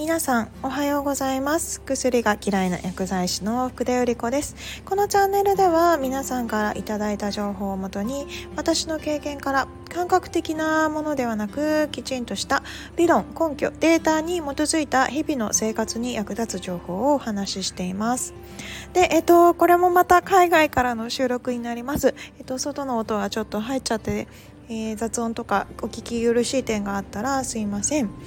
皆さんおはようございます。薬が嫌いな薬剤師の福田由里子です。このチャンネルでは皆さんからいただいた情報をもとに、私の経験から感覚的なものではなく、きちんとした理論、根拠、データに基づいた日々の生活に役立つ情報をお話ししています。で、これもまた海外からの収録になります。外の音がちょっと入っちゃって、雑音とかお聞き苦しい点があったらすいません。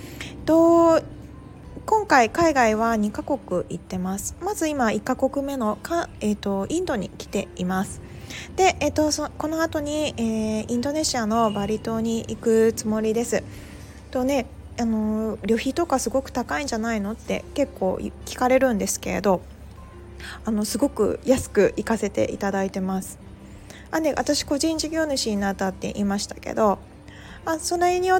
今回海外は2カ国行ってます。まず今1カ国目のインドに来ています。で、この後に、インドネシアのバリ島に行くつもりです。旅費とかすごく高いんじゃないのって結構聞かれるんですけれど、すごく安く行かせていただいてます。私個人事業主になったって言いましたけど、それによって、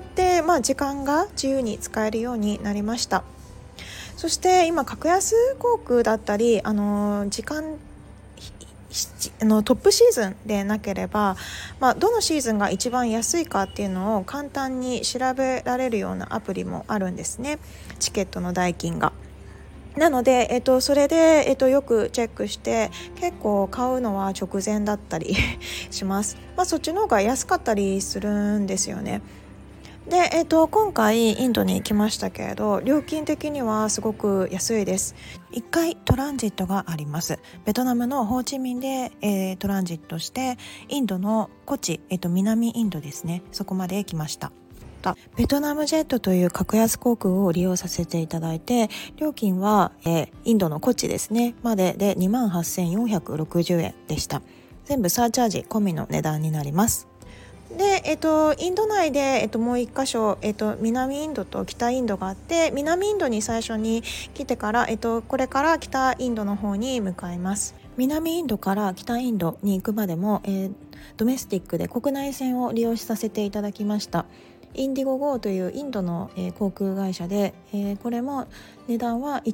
時間が自由に使えるようになりました。そして今格安航空だったり、時間トップシーズンでなければ、どのシーズンが一番安いかっていうのを簡単に調べられるようなアプリもあるんですね。チケットの代金が。なので、それで、よくチェックして結構買うのは直前だったりします。そっちの方が安かったりするんですよね。で、今回インドに行きましたけれど、料金的にはすごく安いです。1回トランジットがあります。ベトナムのホーチミンで、トランジットしてインドのコチ、南インドですね、そこまで来ました。ベトナムジェットという格安航空を利用させていただいて、料金は、インドのコチですねまでで 28,460 円でした。全部サーチャージ込みの値段になります。で、インド内で、もう一箇所、南インドと北インドがあって、南インドに最初に来てから、これから北インドの方に向かいます。南インドから北インドに行くまでも、ドメスティックで国内線を利用させていただきました。インディゴゴーというインドの、航空会社で、これも値段は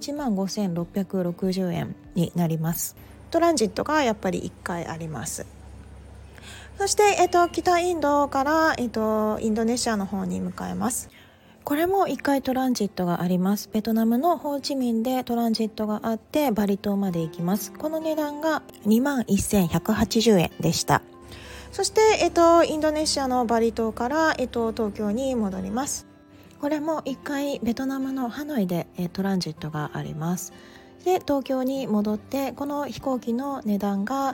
15,660 円になります。トランジットがやっぱり1回あります。そして、北インドから、インドネシアの方に向かいます。これも1回トランジットがあります。ベトナムのホーチミンでトランジットがあってバリ島まで行きます。この値段が 21,180 円でした。そして、インドネシアのバリ島から、東京に戻ります。これも1回ベトナムのハノイで、トランジットがあります。で、東京に戻って、この飛行機の値段が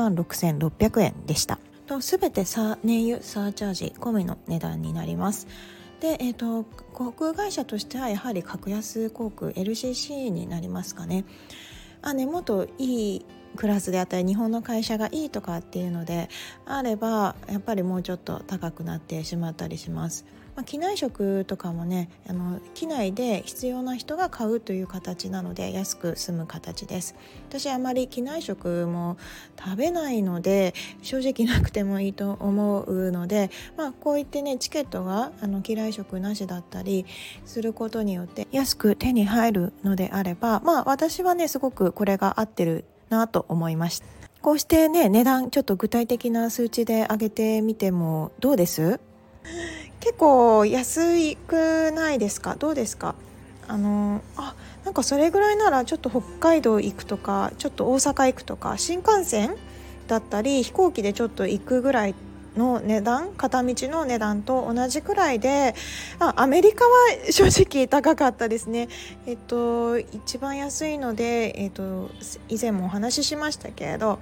26,600 円でした。すべて燃油サーチャージ込みの値段になります。で、航空会社としてはやはり格安航空 LCC になりますかね。もっといいクラスであったり日本の会社がいいとかっていうのであれば、やっぱりもうちょっと高くなってしまったりします。機内食とかもね、機内で必要な人が買うという形なので安く済む形です。私あまり機内食も食べないので正直なくてもいいと思うので、こういってね、チケットが機内食なしだったりすることによって安く手に入るのであれば、私はねすごくこれが合ってるなと思いました。こうしてね、値段ちょっと具体的な数値で上げてみてもどうです？結構安くないですか？どうですか？なんかそれぐらいならちょっと北海道行くとか、ちょっと大阪行くとか、新幹線だったり飛行機でちょっと行くぐらいの値段、片道の値段と同じくらいで、アメリカは正直高かったですね。一番安いので、以前もお話ししましたけれど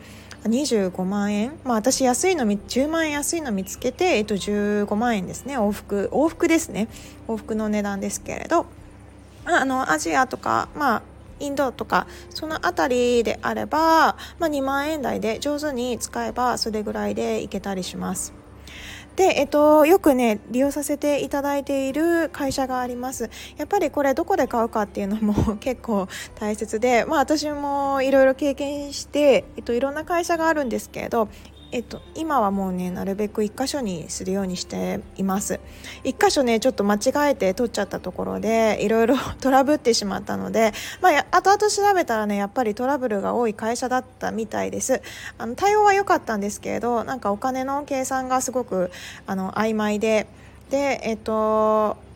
25万円、私10万円安いの見つけて、15万円ですね。往復ですね。往復の値段ですけれど、アジアとか、インドとかそのあたりであれば、2万円台で上手に使えばそれぐらいでいけたりします。で、よくね利用させていただいている会社があります。やっぱりこれどこで買うかっていうのも結構大切で、私もいろいろ経験して、いろんな会社があるんですけれど、今はもうねなるべく一箇所にするようにしています。一箇所ねちょっと間違えて取っちゃったところでいろいろトラブってしまったので、後々調べたらねやっぱりトラブルが多い会社だったみたいです。対応は良かったんですけれど、なんかお金の計算がすごく曖昧で、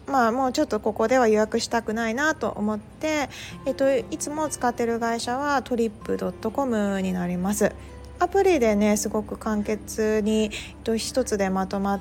もうちょっとここでは予約したくないなと思って、いつも使ってる会社はトリップ .com になります。アプリでねすごく簡潔に、一つでまとまって、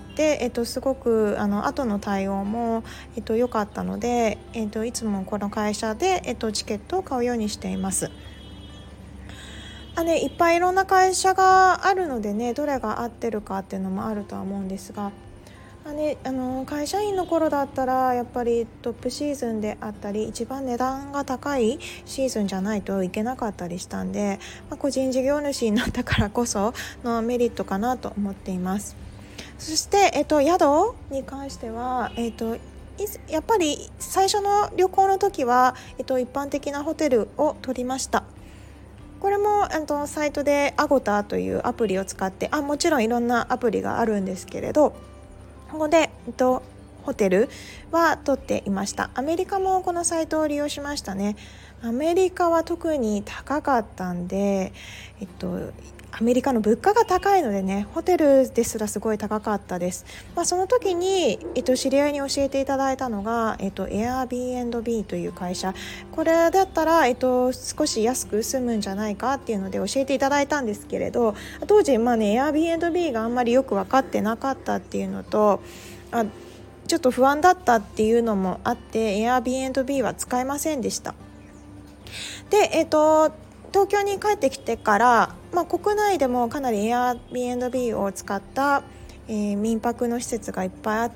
すごく後の対応も、良かったので、いつもこの会社で、チケットを買うようにしています。いっぱいいろんな会社があるのでね、どれが合ってるかっていうのもあるとは思うんですが、会社員の頃だったらやっぱりトップシーズンであったり一番値段が高いシーズンじゃないといけなかったりしたんで、個人事業主になったからこそのメリットかなと思っています。そして、宿に関しては、やっぱり最初の旅行の時は、一般的なホテルを取りました。これもサイトでアゴタというアプリを使って、もちろんいろんなアプリがあるんですけれど、ここで、ホテルは取っていました。アメリカもこのサイトを利用しましたね。アメリカは特に高かったんで、アメリカの物価が高いのでね、ホテルですらすごい高かったです。その時に、知り合いに教えていただいたのが、Airbnb という会社、これだったら、少し安く済むんじゃないかっていうので教えていただいたんですけれど、当時、Airbnb があんまりよく分かってなかったっていうのと、ちょっと不安だったっていうのもあって Airbnb は使えませんでした。で、東京に帰ってきてから、国内でもかなり Airbnb を使った、民泊の施設がいっぱいあって、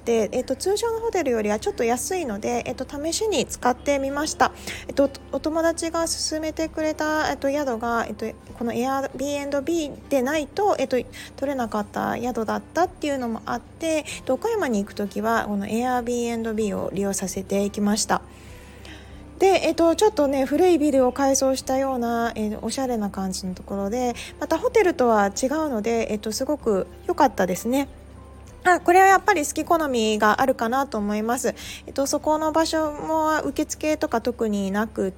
通常のホテルよりはちょっと安いので、試しに使ってみました。お友達が勧めてくれた、宿が、この Airbnb でないと、取れなかった宿だったっていうのもあって、岡山に行くときはこの Airbnb を利用させてきました。で、ちょっとね古いビルを改装したような、おしゃれな感じのところで、またホテルとは違うので、すごく良かったですね。これはやっぱり好き好みがあるかなと思います。そこの場所も受付とか特になくって、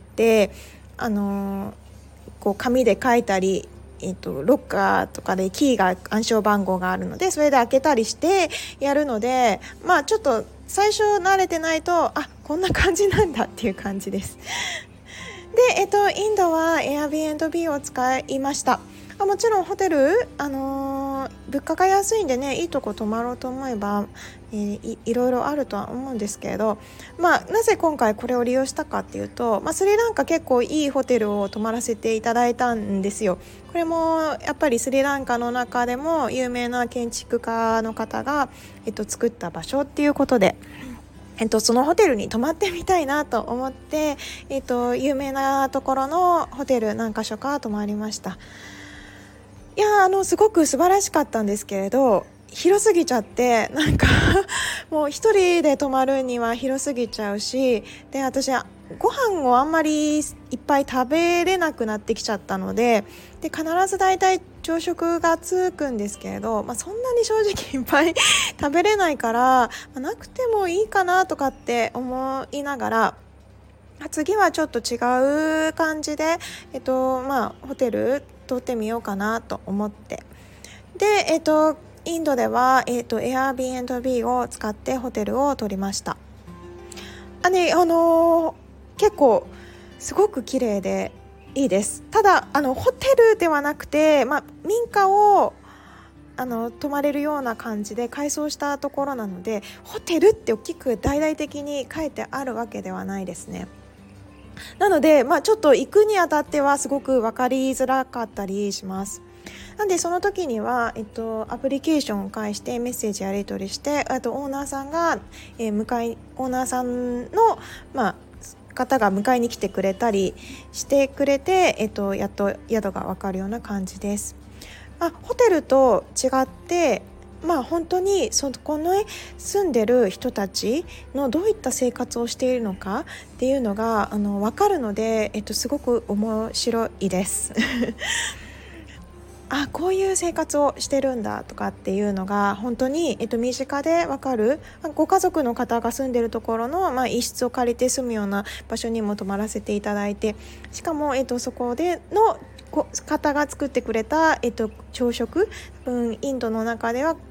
こう紙で書いたり、ロッカーとかでキーが暗証番号があるので、それで開けたりしてやるので、ちょっと最初慣れてないとこんな感じなんだっていう感じです。で、インドは Airbnb を使いました。もちろんホテル、物価が安いんでね、いいとこ泊まろうと思えば、いろいろあるとは思うんですけれど、なぜ今回これを利用したかっていうと、スリランカ結構いいホテルを泊まらせていただいたんですよ。これもやっぱりスリランカの中でも有名な建築家の方が、作った場所っていうことで、そのホテルに泊まってみたいなと思って、有名なところのホテル何か所か泊まりました。いやすごく素晴らしかったんですけれど、広すぎちゃってもう一人で泊まるには広すぎちゃうし、で私はご飯をあんまりいっぱい食べれなくなってきちゃったので、必ずだいたい朝食がつくんですけれど、そんなに正直いっぱい食べれないから、なくてもいいかなとかって思いながら、次はちょっと違う感じで、ホテル取ってみようかなと思って、で、インドでは、Airbnb を使ってホテルを取りました。結構すごく綺麗でいいです。ただホテルではなくて、民家を泊まれるような感じで改装したところなので、ホテルって大きく大々的に書いてあるわけではないですね。なので、ちょっと行くにあたってはすごく分かりづらかったりします。なんでその時には、アプリケーションを介してメッセージやり取りして、オーナーさんが、オーナーさんの、方が迎えに来てくれたりしてくれて、やっと宿が分かるような感じです。ホテルと違って本当にこの住んでる人たちのどういった生活をしているのかっていうのが分かるので、すごく面白いですこういう生活をしてるんだとかっていうのが本当に、身近で分かる。ご家族の方が住んでるところの、一室を借りて住むような場所にも泊まらせていただいて、しかも、そこでの方が作ってくれた、朝食、インドの中では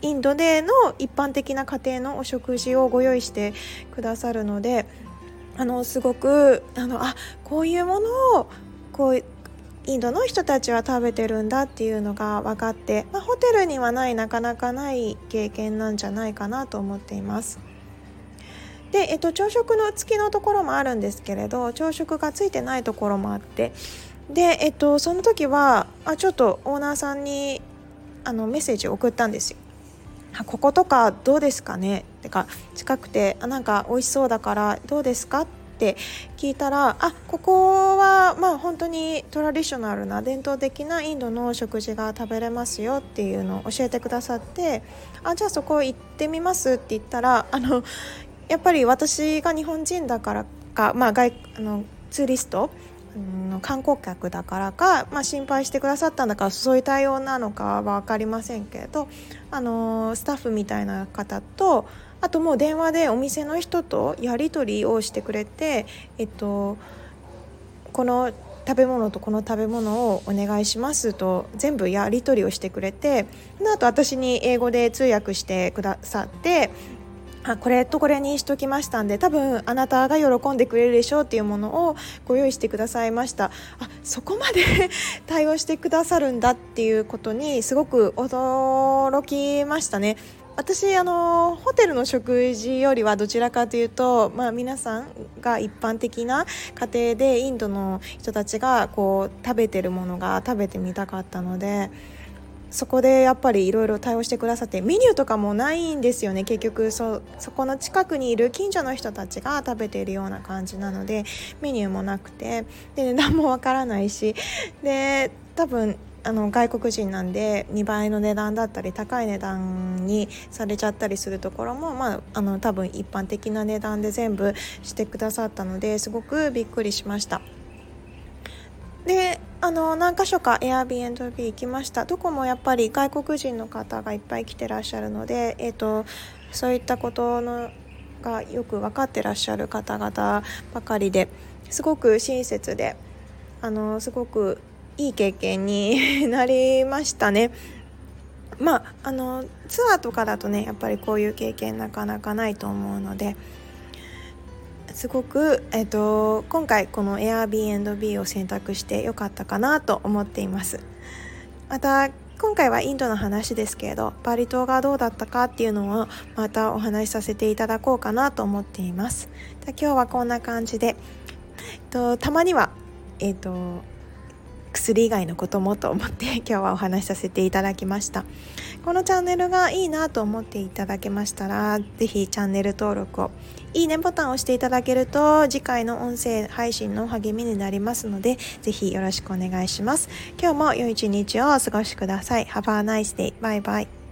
インドでの一般的な家庭のお食事をご用意してくださるので、すごくこういうものをこうインドの人たちは食べてるんだっていうのが分かって、ホテルにはなかなかない経験なんじゃないかなと思っています。で、朝食の付きのところもあるんですけれど、朝食がついてないところもあって、で、その時はちょっとオーナーさんにメッセージを送ったんですよ。こことかどうですかね、てか近くてなんか美味しそうだからどうですかって聞いたら、ここは本当にトラディショナルな伝統的なインドの食事が食べれますよっていうのを教えてくださって、じゃあそこ行ってみますって言ったら、やっぱり私が日本人だからか、ツーリスト観光客だからか、心配してくださったんだからそういう対応なのかは分かりませんけれど、スタッフみたいな方と、あともう電話でお店の人とやり取りをしてくれて、この食べ物とこの食べ物をお願いしますと全部やり取りをしてくれて、あと私に英語で通訳してくださって、これとこれにしときましたんで多分あなたが喜んでくれるでしょうっていうものをご用意してくださいました。そこまで対応してくださるんだっていうことにすごく驚きましたね。私ホテルの食事よりはどちらかというと、皆さんが一般的な家庭でインドの人たちがこう食べてるものが食べてみたかったので、そこでやっぱりいろいろ対応してくださって、メニューとかもないんですよね。結局そこの近くにいる近所の人たちが食べているような感じなので、メニューもなくて、で値段もわからないし、で多分外国人なんで2倍の値段だったり高い値段にされちゃったりするところも、多分一般的な値段で全部してくださったので、すごくびっくりしました。で何か所か Airbnb 行きました。どこもやっぱり外国人の方がいっぱい来てらっしゃるので、そういったことのがよく分かってらっしゃる方々ばかりで、すごく親切で、すごくいい経験になりましたね。ツアーとかだとね、やっぱりこういう経験なかなかないと思うので、すごく、今回この Airbnb を選択してよかったかなと思っています。また今回はインドの話ですけれど、バリ島がどうだったかっていうのをまたお話しさせていただこうかなと思っています。今日はこんな感じで、たまには薬以外のこともと思って今日はお話しさせていただきました。このチャンネルがいいなと思っていただけましたら、ぜひチャンネル登録を、いいねボタンを押していただけると次回の音声配信の励みになりますので、ぜひよろしくお願いします。今日も良い一日をお過ごしください。Have a nice day. バイバイ。